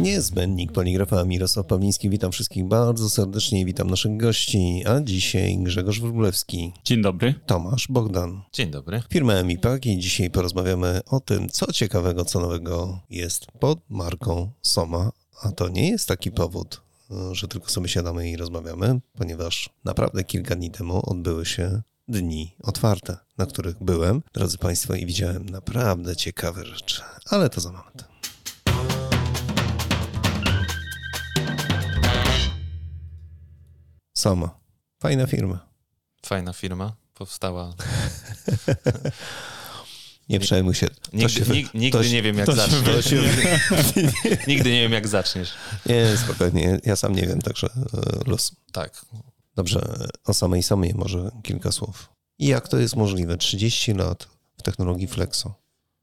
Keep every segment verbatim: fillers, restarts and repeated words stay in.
Niezbędnik Poligrafa, Mirosław Pawliński. Witam wszystkich bardzo serdecznie, witam naszych gości, a dzisiaj Grzegorz Wróblewski. Dzień dobry. Tomasz Bogdan. Dzień dobry. Firma Emipak i dzisiaj porozmawiamy o tym, co ciekawego, co nowego jest pod marką Soma, a to nie jest taki powód, że tylko sobie siadamy i rozmawiamy, ponieważ naprawdę kilka dni temu odbyły się dni otwarte, na których byłem, drodzy Państwo, i widziałem naprawdę ciekawe rzeczy, ale to za moment. Soma. Fajna firma. Fajna firma. Powstała. Nie przejmuj się. Nigdy, się, nig, nigdy się, nie wiem, jak zaczniesz. Się... nigdy nie wiem, jak zaczniesz. Nie, spokojnie. Ja sam nie wiem, także luz. Tak. Dobrze, o samej Somie może kilka słów. I jak to jest możliwe? trzydzieści lat w technologii Flexo.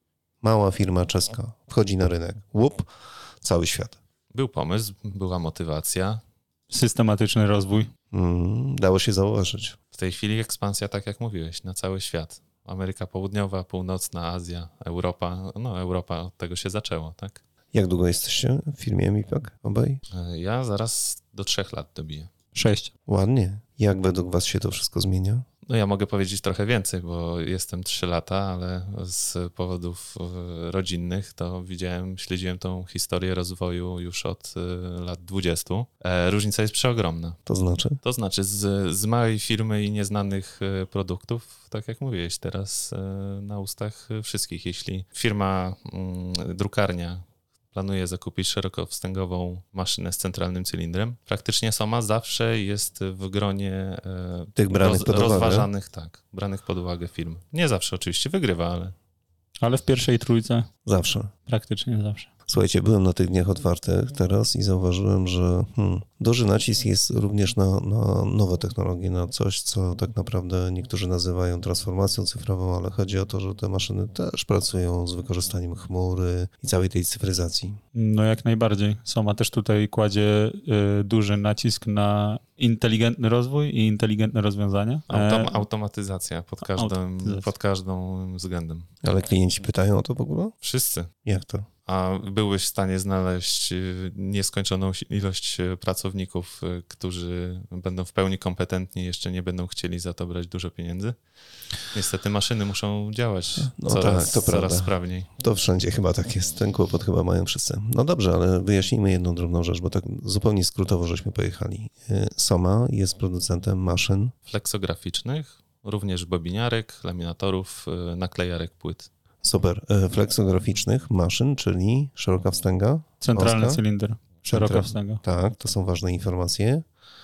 Mała firma czeska wchodzi na rynek. Łup, cały świat. Był pomysł, była motywacja. Systematyczny rozwój. Mm, dało się zauważyć. W tej chwili ekspansja, tak jak mówiłeś, na cały świat. Ameryka Południowa, Północna, Azja, Europa. No, Europa od tego się zaczęło, tak? Jak długo jesteście w firmie Emipak obaj? Ja zaraz do trzech lat dobiję. Sześć. Ładnie. Jak według was się to wszystko zmienia? No ja mogę powiedzieć trochę więcej, bo jestem trzy lata, ale z powodów rodzinnych to widziałem, śledziłem tą historię rozwoju już od lat dwudziestu. Różnica jest przeogromna. To znaczy? To znaczy z, z małej firmy i nieznanych produktów, tak jak mówiłeś teraz na ustach wszystkich. Jeśli firma, drukarnia planuje zakupić szerokowstęgową maszynę z centralnym cylindrem, praktycznie Soma zawsze jest w gronie tych branych roz, pod uwagę. rozważanych, tak, branych pod uwagę firm. Nie zawsze oczywiście wygrywa, ale... Ale w pierwszej trójce? Zawsze. Praktycznie zawsze. Słuchajcie, byłem na tych dniach otwartych teraz i zauważyłem, że hmm, duży nacisk jest również na, na nowe technologie, na coś, co tak naprawdę niektórzy nazywają transformacją cyfrową, ale chodzi o to, że te maszyny też pracują z wykorzystaniem chmury i całej tej cyfryzacji. No jak najbardziej. Soma też tutaj kładzie y, duży nacisk na inteligentny rozwój i inteligentne rozwiązania. Autom, automatyzacja pod każdym, automatyzacja. pod każdym względem. Ale klienci pytają o to w ogóle? Wszyscy. Jak to? A byłeś w stanie znaleźć nieskończoną ilość pracowników, którzy będą w pełni kompetentni, jeszcze nie będą chcieli za to brać dużo pieniędzy? Niestety maszyny muszą działać no coraz, tak, to coraz prawda. sprawniej. To wszędzie chyba tak jest. Ten kłopot chyba mają wszyscy. No dobrze, ale wyjaśnijmy jedną drobną rzecz, bo tak zupełnie skrótowo żeśmy pojechali. Soma jest producentem maszyn fleksograficznych, również bobiniarek, laminatorów, naklejarek płyt. Super. Fleksograficznych maszyn, czyli szeroka wstęga. Centralny wąska. cylinder. Szeroka Centra- wstęga. Tak, to są ważne informacje.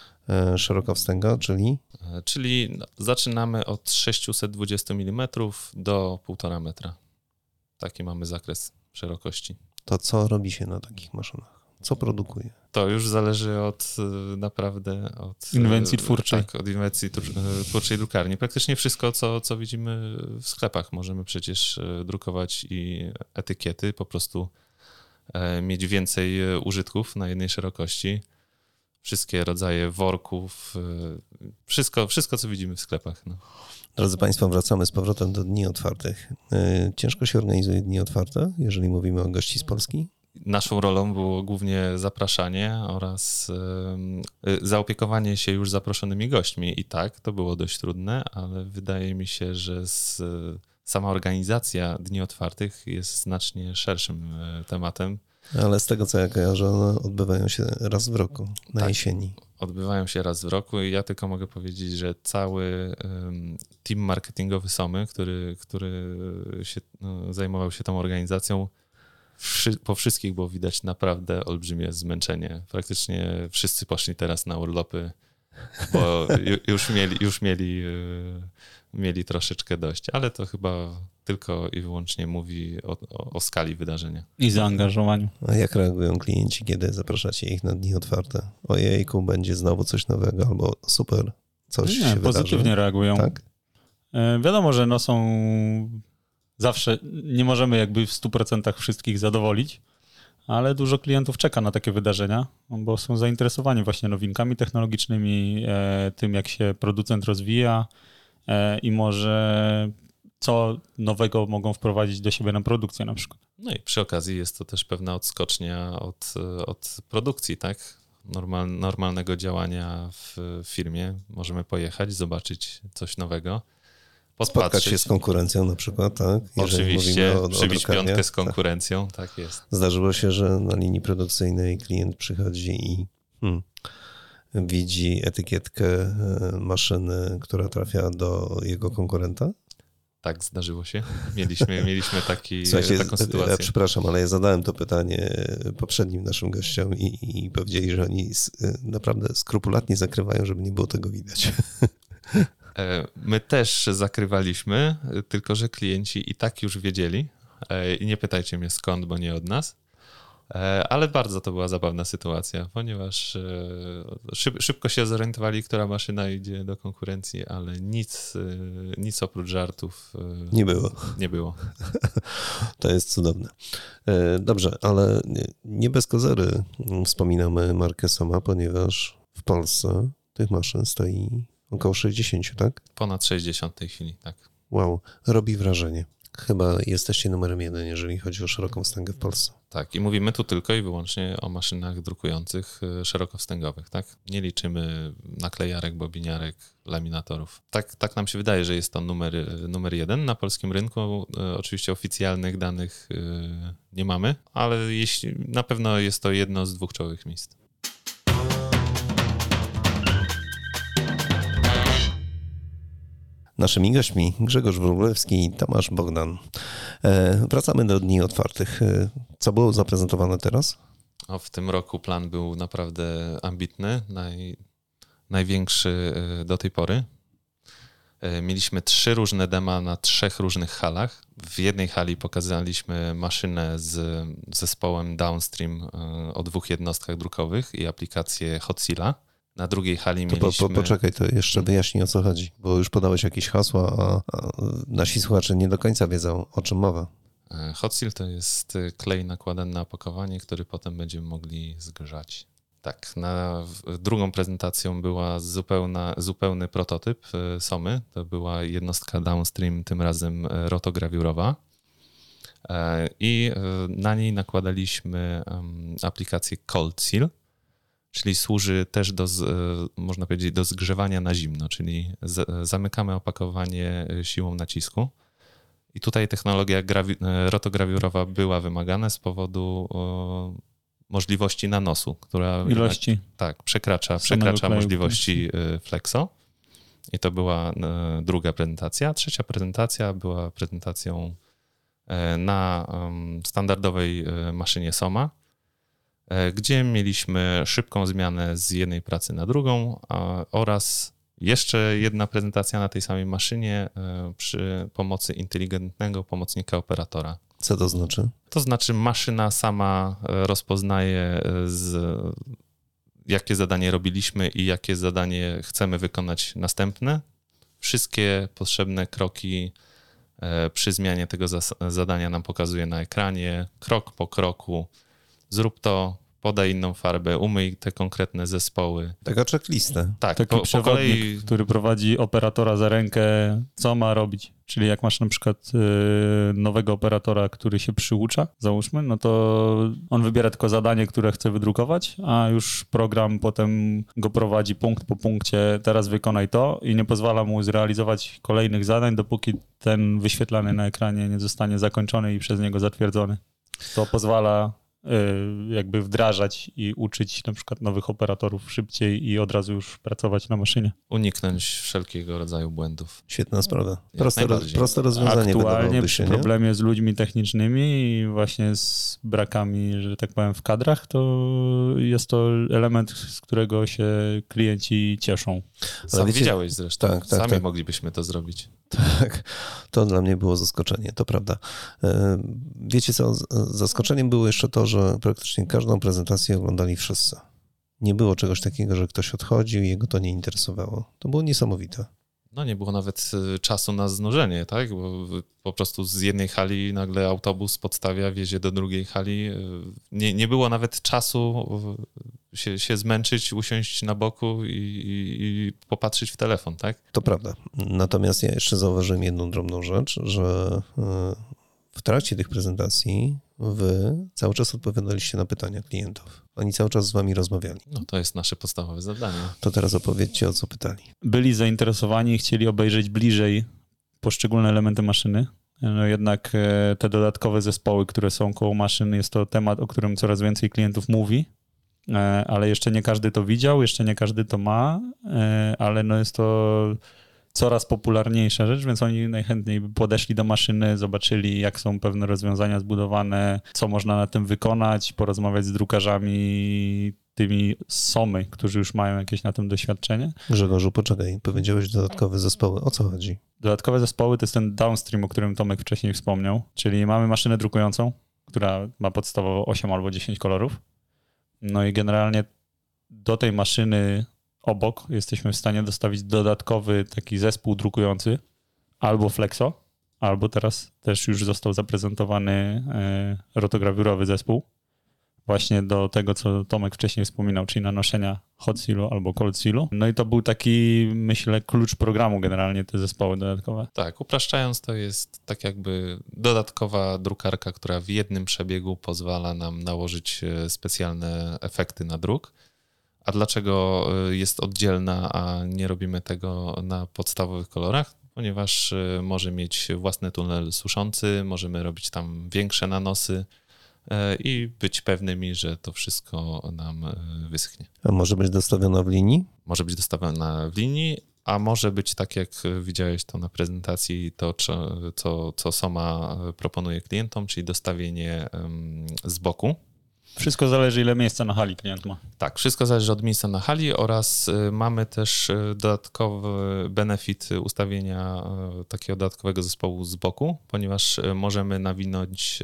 Szeroka wstęga, czyli? Czyli zaczynamy od sześćset dwadzieścia milimetrów do półtora metra. Taki mamy zakres szerokości. To co robi się na takich maszynach? Co produkuje? To już zależy od naprawdę... Od, inwencji twórczej. Tak, od inwencji twórczej drukarni. Praktycznie wszystko, co, co widzimy w sklepach. Możemy przecież drukować i etykiety, po prostu mieć więcej użytków na jednej szerokości. Wszystkie rodzaje worków, wszystko, wszystko co widzimy w sklepach. No. Drodzy Państwo, wracamy z powrotem do Dni Otwartych. Ciężko się organizuje Dni Otwarte, jeżeli mówimy o gości z Polski? Naszą rolą było głównie zapraszanie oraz y, zaopiekowanie się już zaproszonymi gośćmi. I tak, to było dość trudne, ale wydaje mi się, że z, sama organizacja Dni Otwartych jest znacznie szerszym y, tematem. Ale z tego, co ja kojarzę, one odbywają się raz w roku, na tak, jesieni. Odbywają się raz w roku i ja tylko mogę powiedzieć, że cały um, team marketingowy Somy, który, który się, no, zajmował się tą organizacją, wszy, po wszystkich było widać naprawdę olbrzymie zmęczenie. Praktycznie wszyscy poszli teraz na urlopy, bo ju, już mieli, już mieli, yy, mieli troszeczkę dość, ale to chyba tylko i wyłącznie mówi o, o, o skali wydarzenia. I zaangażowaniu. A jak reagują klienci, kiedy zapraszacie ich na Dni Otwarte? Ojejku, będzie znowu coś nowego, albo super, coś Nie, się pozytywnie wydarzy. reagują. Tak? E, wiadomo, że no są zawsze, nie możemy jakby w stu procentach wszystkich zadowolić, ale dużo klientów czeka na takie wydarzenia, bo są zainteresowani właśnie nowinkami technologicznymi, e, tym jak się producent rozwija e, i może co nowego mogą wprowadzić do siebie na produkcję na przykład. No i przy okazji jest to też pewna odskocznia od, od produkcji, tak? Normal, normalnego działania w firmie. Możemy pojechać, zobaczyć coś nowego, Spotkać podpatrzeć. się z konkurencją na przykład, tak? Jeżeli Oczywiście, o, o przybić drukarniach, piątkę z konkurencją, tak. tak jest. Zdarzyło się, że na linii produkcyjnej klient przychodzi i hmm, widzi etykietkę maszyny, która trafia do jego konkurenta? Tak, zdarzyło się. Mieliśmy, mieliśmy taki, Słuchajcie, taką sytuację. Ja przepraszam, ale ja zadałem to pytanie poprzednim naszym gościom i, i powiedzieli, że oni naprawdę skrupulatnie zakrywają, żeby nie było tego widać. My też zakrywaliśmy, tylko że klienci i tak już wiedzieli. I nie pytajcie mnie skąd, bo nie od nas. Ale bardzo to była zabawna sytuacja, ponieważ szyb, szybko się zorientowali, która maszyna idzie do konkurencji, ale nic, nic oprócz żartów nie było. Nie było. To jest cudowne. Dobrze, ale nie bez kozery wspominamy markę Soma, ponieważ w Polsce tych maszyn stoi około sześćdziesiąt, tak? Ponad sześćdziesiąt w tej chwili, tak. Wow, robi wrażenie. Chyba jesteście numerem jeden, jeżeli chodzi o szeroką wstęgę w Polsce. Tak, i mówimy tu tylko i wyłącznie o maszynach drukujących szerokowstęgowych, tak? Nie liczymy naklejarek, bobiniarek, laminatorów. Tak, tak nam się wydaje, że jest to numer, numer jeden na polskim rynku. Oczywiście oficjalnych danych nie mamy, ale jeśli, na pewno jest to jedno z dwóch czołowych miejsc. Naszymi gośćmi Grzegorz Wróblewski i Tomasz Bogdan. E, wracamy do dni otwartych. E, co było zaprezentowane teraz? O, w tym roku plan był naprawdę ambitny, naj, największy do tej pory. E, mieliśmy trzy różne dema na trzech różnych halach. W jednej hali pokazaliśmy maszynę z zespołem Downstream o dwóch jednostkach drukowych i aplikację Hotseala. Na drugiej hali to mieliśmy... Po, po, poczekaj, to jeszcze wyjaśnij, o co chodzi, bo już podałeś jakieś hasła, a, a nasi słuchacze nie do końca wiedzą, o czym mowa. Hotseal to jest klej nakładany na opakowanie, który potem będziemy mogli zgrzać. Tak, na drugą prezentacją była zupełna, zupełny prototyp Somy. To była jednostka Downstream, tym razem rotograwiurowa. I na niej nakładaliśmy aplikację Cold Seal, czyli służy też do, można powiedzieć, do zgrzewania na zimno, czyli z, zamykamy opakowanie siłą nacisku. I tutaj technologia grawi, rotograwiurowa była wymagana z powodu o, możliwości nanosu, która ilości jednak, tak, przekracza, przekracza możliwości Flexo. I to była druga prezentacja. Trzecia prezentacja była prezentacją na standardowej maszynie Soma, gdzie mieliśmy szybką zmianę z jednej pracy na drugą a, oraz jeszcze jedna prezentacja na tej samej maszynie przy pomocy inteligentnego pomocnika operatora. Co to znaczy? To znaczy maszyna sama rozpoznaje, z, jakie zadanie robiliśmy i jakie zadanie chcemy wykonać następne. Wszystkie potrzebne kroki przy zmianie tego zas- zadania nam pokazuje na ekranie, krok po kroku. Zrób to, podaj inną farbę, umyj te konkretne zespoły. Taka checklista. Tak, Taki po, przewodnik, po kolei... który prowadzi operatora za rękę, co ma robić. Czyli jak masz na przykład y, nowego operatora, który się przyucza, załóżmy, no to on wybiera tylko zadanie, które chce wydrukować, a już program potem go prowadzi punkt po punkcie, teraz wykonaj to i nie pozwala mu zrealizować kolejnych zadań, dopóki ten wyświetlany na ekranie nie zostanie zakończony i przez niego zatwierdzony. To pozwala jakby wdrażać i uczyć na przykład nowych operatorów szybciej i od razu już pracować na maszynie. Uniknąć wszelkiego rodzaju błędów. Świetna sprawa. Proste, najbardziej. proste rozwiązanie. Aktualnie przy się, problemie z ludźmi technicznymi i właśnie z brakami, że tak powiem, w kadrach, to jest to element, z którego się klienci cieszą. Sam wiecie, widziałeś zresztą. tak, tak, Sami tak. moglibyśmy to zrobić. Tak, to dla mnie było zaskoczenie, to prawda. Wiecie co, zaskoczeniem było jeszcze to, że praktycznie każdą prezentację oglądali wszyscy. Nie było czegoś takiego, że ktoś odchodził i jego to nie interesowało. To było niesamowite. No nie było nawet czasu na znużenie, tak? Bo po prostu z jednej hali nagle autobus podstawia, wiezie do drugiej hali. Nie, nie było nawet czasu się, się zmęczyć, usiąść na boku i, i, i popatrzeć w telefon, tak? To prawda. Natomiast ja jeszcze zauważyłem jedną drobną rzecz, że w trakcie tych prezentacji wy cały czas odpowiadaliście na pytania klientów. Oni cały czas z wami rozmawiali. No to jest nasze podstawowe zadanie. To teraz opowiedzcie, o co pytali. Byli zainteresowani i chcieli obejrzeć bliżej poszczególne elementy maszyny. No jednak te dodatkowe zespoły, które są koło maszyn, jest to temat, o którym coraz więcej klientów mówi, ale jeszcze nie każdy to widział, jeszcze nie każdy to ma, ale no jest to coraz popularniejsza rzecz, więc oni najchętniej by podeszli do maszyny, zobaczyli, jak są pewne rozwiązania zbudowane, co można na tym wykonać, porozmawiać z drukarzami tymi z Somy, którzy już mają jakieś na tym doświadczenie. Grzegorzu, poczekaj, powiedziałeś dodatkowe zespoły. O co chodzi? Dodatkowe zespoły to jest ten downstream, o którym Tomek wcześniej wspomniał, czyli mamy maszynę drukującą, która ma podstawowo osiem albo dziesięć kolorów. No i generalnie do tej maszyny obok jesteśmy w stanie dostawić dodatkowy taki zespół drukujący, albo Flexo, albo teraz też już został zaprezentowany rotograwiurowy zespół, właśnie do tego, co Tomek wcześniej wspominał, czyli nanoszenia hot sealu albo cold sealu. No i to był taki, myślę, klucz programu generalnie, te zespoły dodatkowe. Tak, upraszczając, to jest tak jakby dodatkowa drukarka, która w jednym przebiegu pozwala nam nałożyć specjalne efekty na druk. A dlaczego jest oddzielna, a nie robimy tego na podstawowych kolorach? Ponieważ może mieć własny tunel suszący, możemy robić tam większe nanosy i być pewnymi, że to wszystko nam wyschnie. A może być dostawiona w linii? Może być dostawiona w linii, a może być tak, jak widziałeś to na prezentacji, to co, co Soma proponuje klientom, czyli dostawienie z boku. Wszystko zależy, ile miejsca na hali klient ma. Tak, wszystko zależy od miejsca na hali oraz mamy też dodatkowy benefit ustawienia takiego dodatkowego zespołu z boku, ponieważ możemy nawinąć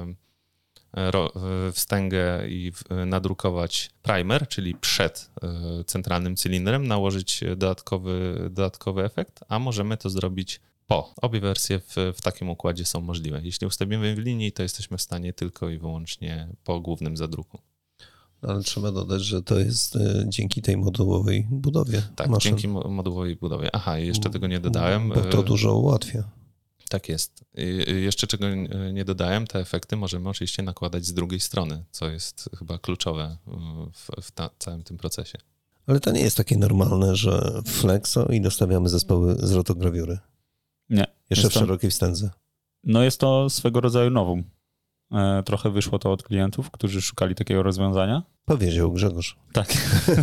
wstęgę i nadrukować primer, czyli przed centralnym cylindrem, nałożyć dodatkowy, dodatkowy efekt, a możemy to zrobić po. Obie wersje w, w takim układzie są możliwe. Jeśli ustawimy w linii, to jesteśmy w stanie tylko i wyłącznie po głównym zadruku. Ale trzeba dodać, że to jest dzięki tej modułowej budowie Tak, maszyn. Dzięki modułowej budowie. Aha, jeszcze tego nie dodałem. Bo to dużo ułatwia. Tak jest. I jeszcze czego nie dodałem, te efekty możemy oczywiście nakładać z drugiej strony, co jest chyba kluczowe w, w ta, całym tym procesie. Ale to nie jest takie normalne, że flexo i dostawiamy zespoły z rotograwiury. Nie. Jeszcze w to, szerokiej wstędze. No jest to swego rodzaju nowum. E, trochę wyszło to od klientów, którzy szukali takiego rozwiązania. Powiedział Grzegorz. Tak.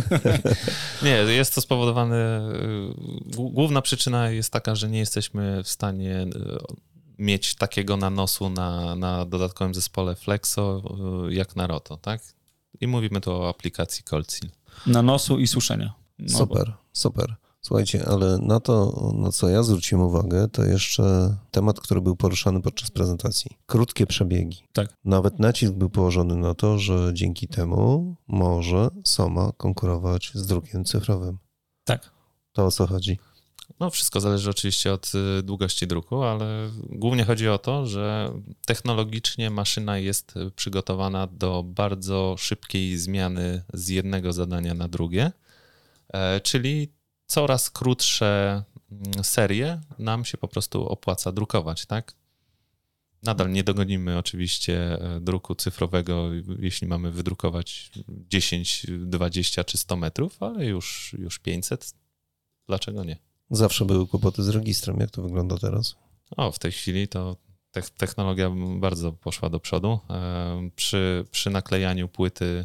Nie, jest to spowodowane, główna przyczyna jest taka, że nie jesteśmy w stanie mieć takiego nanosu na, na dodatkowym zespole Flexo jak na Roto, tak? I mówimy tu o aplikacji Cold Seal. Nanosu i suszenia. No super, bo... super. Słuchajcie, ale na to, na co ja zwróciłem uwagę, to jeszcze temat, który był poruszany podczas prezentacji. Krótkie przebiegi. Tak. Nawet nacisk był położony na to, że dzięki temu może Soma konkurować z drukiem cyfrowym. Tak. To o co chodzi? No wszystko zależy oczywiście od długości druku, ale głównie chodzi o to, że technologicznie maszyna jest przygotowana do bardzo szybkiej zmiany z jednego zadania na drugie, czyli coraz krótsze serie nam się po prostu opłaca drukować, tak? Nadal nie dogonimy oczywiście druku cyfrowego, jeśli mamy wydrukować dziesięć, dwadzieścia czy sto metrów, ale już, już pięćset. Dlaczego nie? Zawsze były kłopoty z registrem. Jak to wygląda teraz? O, w tej chwili to te- technologia bardzo poszła do przodu. Przy, przy naklejaniu płyty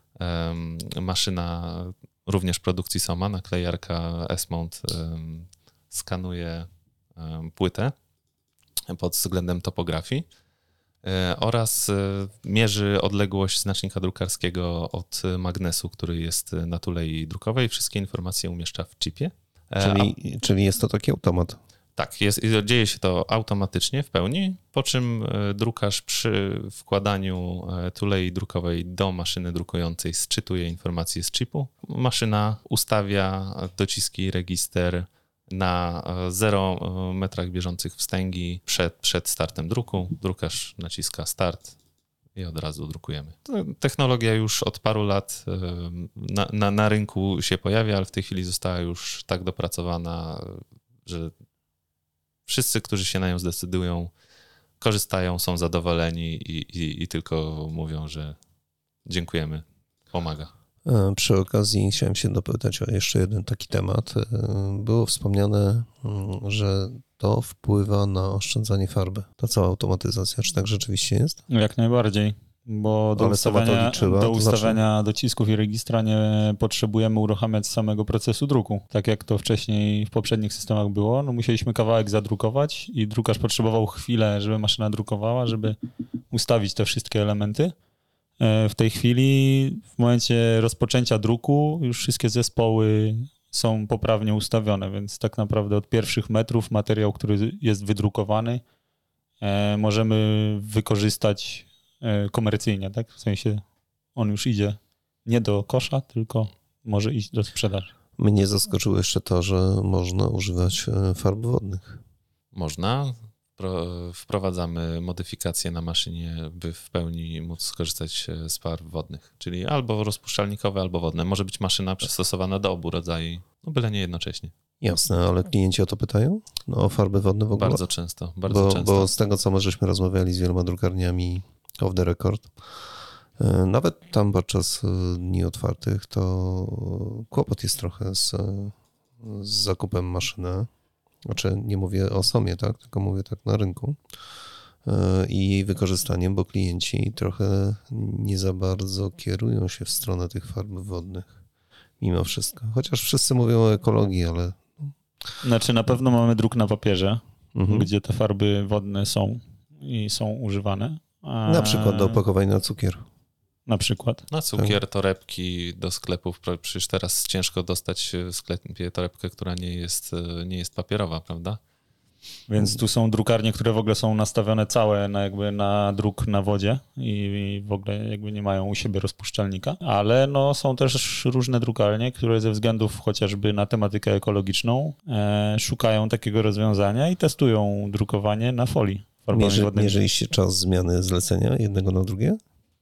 maszyna również produkcji Soma, naklejarka S-Mount skanuje płytę pod względem topografii oraz mierzy odległość znacznika drukarskiego od magnesu, który jest na tulei drukowej. Wszystkie informacje umieszcza w chipie. Czyli, A... czyli jest to taki automat. Tak, jest, dzieje się to automatycznie w pełni, po czym drukarz przy wkładaniu tulei drukowej do maszyny drukującej sczytuje informacje z chipu. Maszyna ustawia dociski, register na zero metrach bieżących wstęgi przed, przed startem druku. Drukarz naciska start i od razu drukujemy. Technologia już od paru lat na, na, na rynku się pojawia, ale w tej chwili została już tak dopracowana, że wszyscy, którzy się na nią zdecydują, korzystają, są zadowoleni i, i, i tylko mówią, że dziękujemy, pomaga. Przy okazji chciałem się dopytać o jeszcze jeden taki temat. Było wspomniane, że to wpływa na oszczędzanie farby. Ta cała automatyzacja, czy tak rzeczywiście jest? Jak najbardziej, bo do Ale ustawiania, liczyła, do to ustawiania znaczy... docisków i registra nie potrzebujemy uruchamiać samego procesu druku. Tak jak to wcześniej w poprzednich systemach było, no musieliśmy kawałek zadrukować i drukarz potrzebował chwilę, żeby maszyna drukowała, żeby ustawić te wszystkie elementy. W tej chwili, w momencie rozpoczęcia druku, już wszystkie zespoły są poprawnie ustawione, więc tak naprawdę od pierwszych metrów materiał, który jest wydrukowany, możemy wykorzystać komercyjnie, tak? W sensie on już idzie nie do kosza, tylko może iść do sprzedaży. Mnie zaskoczyło jeszcze to, że można używać farb wodnych. Można. Wprowadzamy modyfikacje na maszynie, by w pełni móc skorzystać z farb wodnych, czyli albo rozpuszczalnikowe, albo wodne. Może być maszyna przystosowana do obu rodzajów, no byle nie jednocześnie. Jasne, ale klienci o to pytają? No, o farby wodne w ogóle? Bardzo często, bardzo bo, często. Bo z tego, co my żeśmy rozmawiali z wieloma drukarniami off the record, nawet tam podczas dni otwartych, to kłopot jest trochę z, z zakupem maszyny. Znaczy nie mówię o Somie, tak, tylko mówię tak na rynku i jej wykorzystaniem, bo klienci trochę nie za bardzo kierują się w stronę tych farb wodnych mimo wszystko. Chociaż wszyscy mówią o ekologii, ale... Znaczy na pewno mamy druk na papierze, mhm. gdzie te farby wodne są i są używane. A... Na przykład do opakowań na cukier. Na przykład. Na cukier, torebki do sklepów. Przecież teraz ciężko dostać w sklepie torebkę, która nie jest, nie jest papierowa, prawda? Więc tu są drukarnie, które w ogóle są nastawione całe na, jakby na druk na wodzie i w ogóle jakby nie mają u siebie rozpuszczalnika, ale no są też różne drukarnie, które ze względów chociażby na tematykę ekologiczną e, szukają takiego rozwiązania i testują drukowanie na folii farbowej Mierzy, wodnej. Mierzyliście czas zmiany zlecenia jednego na drugie?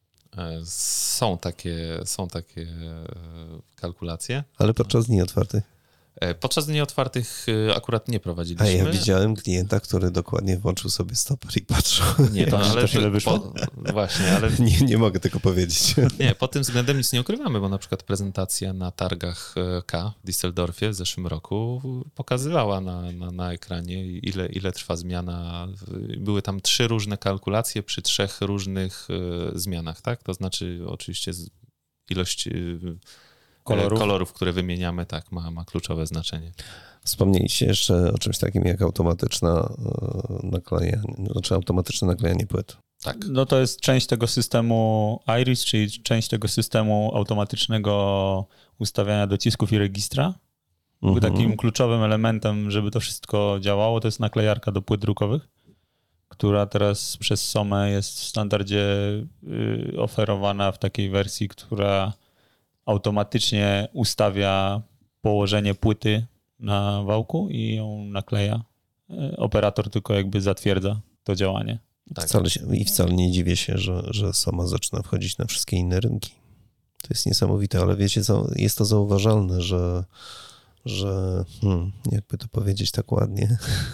Są takie, są takie kalkulacje. Ale podczas dni otwartych? Podczas dni otwartych akurat nie prowadziliśmy. A ja widziałem klienta, który dokładnie włączył sobie stoper i patrzył. Nie, to, ale to ile wyszło? Po, właśnie, ale... Nie, nie mogę tego powiedzieć. Nie, pod tym względem nic nie ukrywamy, bo na przykład prezentacja na targach K w Düsseldorfie w zeszłym roku pokazywała na, na, na ekranie, ile, ile trwa zmiana. Były tam trzy różne kalkulacje przy trzech różnych zmianach, tak? To znaczy oczywiście ilość... Kolorów. kolorów, które wymieniamy, tak, ma, ma kluczowe znaczenie. Wspomnieliście jeszcze o czymś takim jak automatyczna naklejanie, znaczy automatyczne naklejanie płyt. Tak. No to jest część tego systemu Iris, czyli część tego systemu automatycznego ustawiania docisków i registra. Mhm. Takim kluczowym elementem, żeby to wszystko działało, to jest naklejarka do płyt drukowych, która teraz przez Somę jest w standardzie oferowana w takiej wersji, która automatycznie ustawia położenie płyty na wałku i ją nakleja. Operator tylko jakby zatwierdza to działanie. Tak. Wcale się, I wcale nie dziwię się, że, że Soma zaczyna wchodzić na wszystkie inne rynki. To jest niesamowite, ale wiecie co, jest to zauważalne, że, że hmm, jakby to powiedzieć tak ładnie,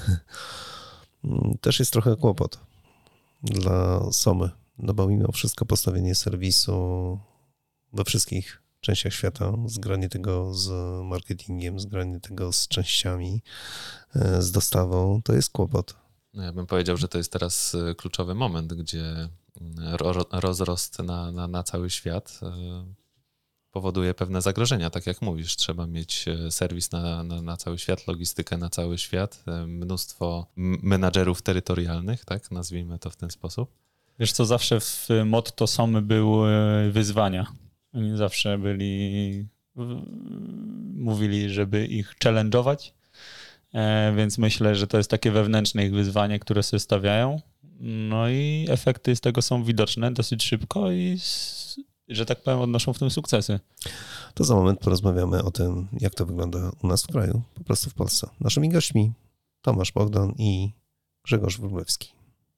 też jest trochę kłopot dla Somy, no bo mimo wszystko postawienie serwisu we wszystkich częściach świata, zgranie tego z marketingiem, zgranie tego z częściami, z dostawą, to jest kłopot. No ja bym powiedział, że to jest teraz kluczowy moment, gdzie rozrost na, na, na cały świat powoduje pewne zagrożenia, tak jak mówisz. Trzeba mieć serwis na, na, na cały świat, logistykę na cały świat, mnóstwo menadżerów terytorialnych, tak, nazwijmy to w ten sposób. Wiesz co, zawsze w motto Somy były wyzwania. Oni zawsze byli, mówili, żeby ich challenge'ować, więc myślę, że to jest takie wewnętrzne ich wyzwanie, które sobie stawiają. No i efekty z tego są widoczne dosyć szybko i że tak powiem, odnoszą w tym sukcesy. To za moment porozmawiamy o tym, jak to wygląda u nas w kraju, po prostu w Polsce. Naszymi gośćmi Tomasz Bogdan i Grzegorz Wróblewski.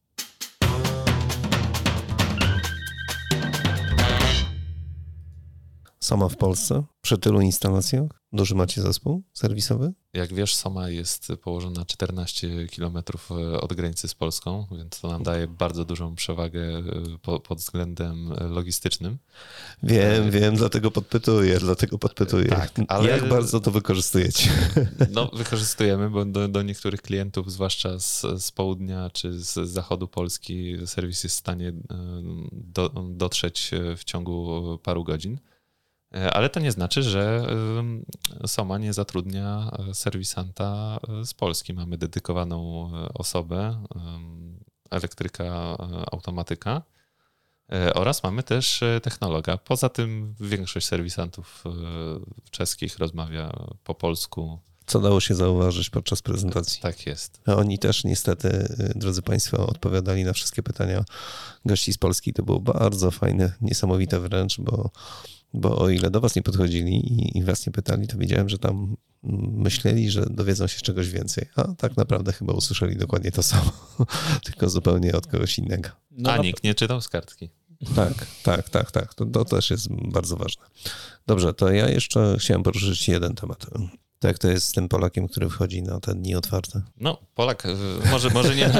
Soma w Polsce, przy tylu instalacjach, duży macie zespół serwisowy? Jak wiesz, Soma jest położona czternaście kilometrów od granicy z Polską, więc to nam daje bardzo dużą przewagę po, pod względem logistycznym. Wiem, e... wiem, dlatego podpytuję, dlatego podpytuję. Tak, ale... Jak bardzo to wykorzystujecie? No, wykorzystujemy, bo do, do niektórych klientów, zwłaszcza z, z południa czy z zachodu Polski, serwis jest w stanie do, dotrzeć w ciągu paru godzin. Ale to nie znaczy, że Soma nie zatrudnia serwisanta z Polski. Mamy dedykowaną osobę, elektryka, automatyka oraz mamy też technologa. Poza tym większość serwisantów czeskich rozmawia po polsku. Co dało się zauważyć podczas prezentacji. Tak jest. A oni też niestety, drodzy Państwo, odpowiadali na wszystkie pytania gości z Polski. To było bardzo fajne, niesamowite wręcz, bo Bo o ile do was nie podchodzili i, i was nie pytali, to wiedziałem, że tam myśleli, że dowiedzą się czegoś więcej. A tak naprawdę chyba usłyszeli dokładnie to samo, tylko zupełnie od kogoś innego. No, A nikt nie czytał z kartki. Tak, tak, tak, tak. To, to też jest bardzo ważne. Dobrze, to ja jeszcze chciałem poruszyć jeden temat. Tak, to jest z tym Polakiem, który wchodzi na te dni otwarte. No, Polak, może, może nie.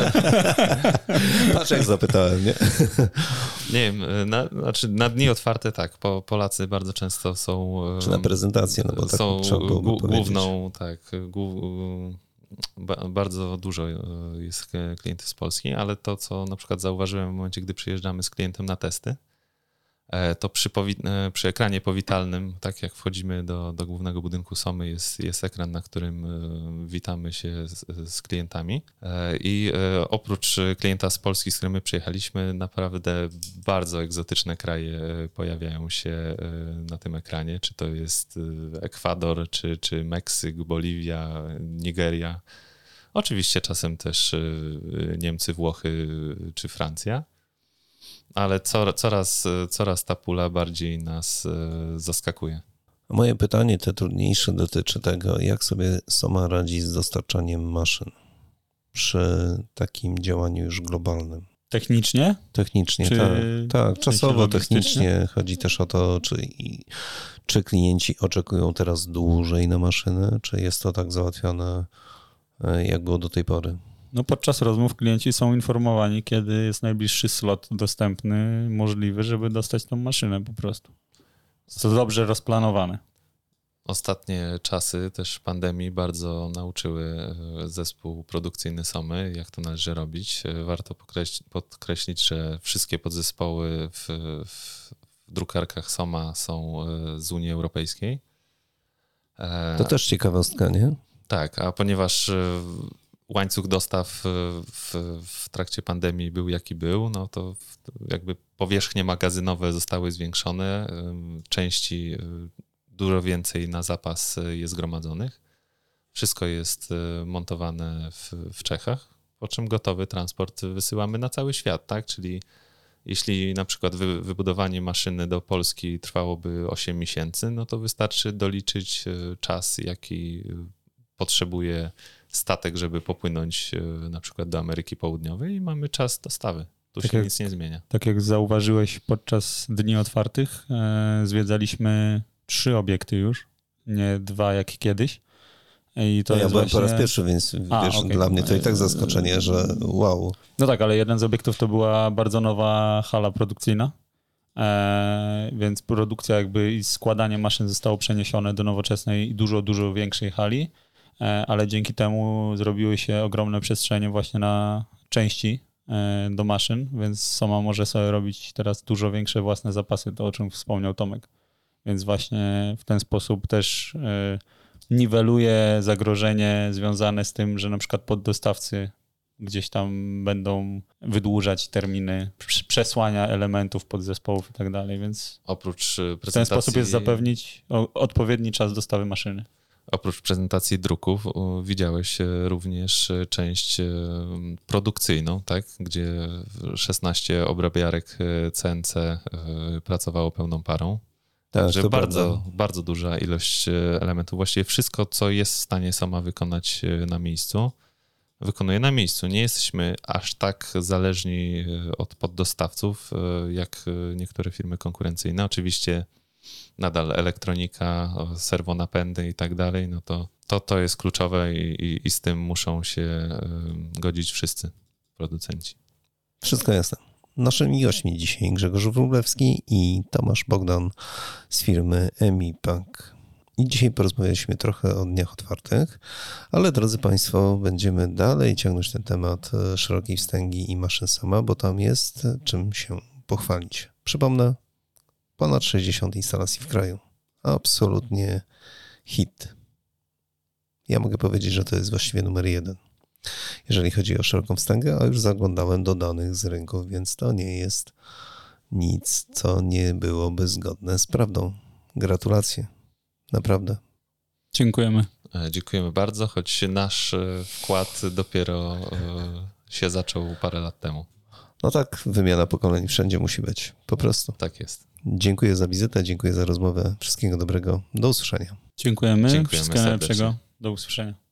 Patrz, jak zapytałem, nie? Nie wiem, na, znaczy na dni otwarte tak, po, Polacy bardzo często są... Czy na prezentację, no bo tak są trzeba było gu, główną, tak, gu, ba, bardzo dużo jest klientów z Polski, ale to, co na przykład zauważyłem w momencie, gdy przyjeżdżamy z klientem na testy, to przy, powi- przy ekranie powitalnym, tak jak wchodzimy do, do głównego budynku Somy, jest, jest ekran, na którym witamy się z, z klientami. I oprócz klienta z Polski, z którym my przyjechaliśmy, naprawdę bardzo egzotyczne kraje pojawiają się na tym ekranie. Czy to jest Ekwador, czy, czy Meksyk, Boliwia, Nigeria. Oczywiście czasem też Niemcy, Włochy czy Francja. Ale coraz, coraz ta pula bardziej nas zaskakuje. Moje pytanie, te trudniejsze, dotyczy tego, jak sobie Soma radzi z dostarczaniem maszyn przy takim działaniu już globalnym. Technicznie? Technicznie, czy... tak. Tak, czasowo, technicznie. Chodzi też o to, czy, czy klienci oczekują teraz dłużej na maszyny, czy jest to tak załatwione, jak było do tej pory. No podczas rozmów klienci są informowani, kiedy jest najbliższy slot dostępny, możliwy, żeby dostać tą maszynę po prostu. Jest to dobrze rozplanowane. Ostatnie czasy też pandemii bardzo nauczyły zespół produkcyjny Somy, jak to należy robić. Warto podkreślić, że wszystkie podzespoły w, w drukarkach Soma są z Unii Europejskiej. To też ciekawostka, nie? Tak, a ponieważ łańcuch dostaw w, w trakcie pandemii był jaki był, no to jakby powierzchnie magazynowe zostały zwiększone, części dużo więcej na zapas jest zgromadzonych. Wszystko jest montowane w, w Czechach, po czym gotowy transport wysyłamy na cały świat, tak? Czyli jeśli na przykład wy, wybudowanie maszyny do Polski trwałoby osiem miesięcy, no to wystarczy doliczyć czas, jaki potrzebuje statek, żeby popłynąć na przykład do Ameryki Południowej i mamy czas dostawy. Tu tak się jak, nic nie zmienia. Tak jak zauważyłeś, podczas dni otwartych e, zwiedzaliśmy trzy obiekty już, nie dwa jak kiedyś. I to no ja jest byłem właśnie... po raz pierwszy, więc A, wiesz, okay. Dla mnie to i tak zaskoczenie, że wow. No tak, ale jeden z obiektów to była bardzo nowa hala produkcyjna, e, więc produkcja jakby i składanie maszyn zostało przeniesione do nowoczesnej i dużo, dużo większej hali, e, ale dzięki temu zrobiły się ogromne przestrzenie właśnie na części e, do maszyn, więc Soma może sobie robić teraz dużo większe własne zapasy, to o czym wspomniał Tomek. Więc właśnie w ten sposób też e, niweluje zagrożenie związane z tym, że na przykład poddostawcy gdzieś tam będą wydłużać terminy przesłania elementów, podzespołów i tak dalej, więc oprócz prezentacji... w ten sposób jest zapewnić odpowiedni czas dostawy maszyny. Oprócz prezentacji druków u, widziałeś e, również e, część e, produkcyjną, tak? Gdzie szesnaście obrabiarek e, C N C e, pracowało pełną parą. Tak, Także to bardzo, prawda. bardzo duża ilość e, elementów. Właściwie wszystko, co jest w stanie sama wykonać e, na miejscu, wykonuje na miejscu. Nie jesteśmy aż tak zależni e, od poddostawców, e, jak e, niektóre firmy konkurencyjne. Oczywiście nadal elektronika, o, serwonapędy i tak dalej, no to to, to jest kluczowe i, i, i z tym muszą się e, godzić wszyscy producenci. Wszystko jasne. Naszymi gośćmi dzisiaj Grzegorz Wróblewski i Tomasz Bogdan z firmy Emipak. I dzisiaj porozmawialiśmy trochę o dniach otwartych, ale drodzy Państwo, będziemy dalej ciągnąć ten temat szerokiej wstęgi i maszyn Soma, bo tam jest czym się pochwalić. Przypomnę, ponad sześćdziesiąt instalacji w kraju. Absolutnie hit. Ja mogę powiedzieć, że to jest właściwie numer jeden, jeżeli chodzi o szeroką wstęgę, a już zaglądałem do danych z rynku, więc to nie jest nic, co nie byłoby zgodne z prawdą. Gratulacje. Naprawdę. Dziękujemy. E, Dziękujemy bardzo, choć nasz e, wkład dopiero e, się zaczął parę lat temu. No tak, wymiana pokoleń wszędzie musi być. Po prostu. Tak jest. Dziękuję za wizytę, dziękuję za rozmowę. Wszystkiego dobrego. Do usłyszenia. Dziękujemy. Dziękujemy Wszystkiego serdecznie. najlepszego. Do usłyszenia.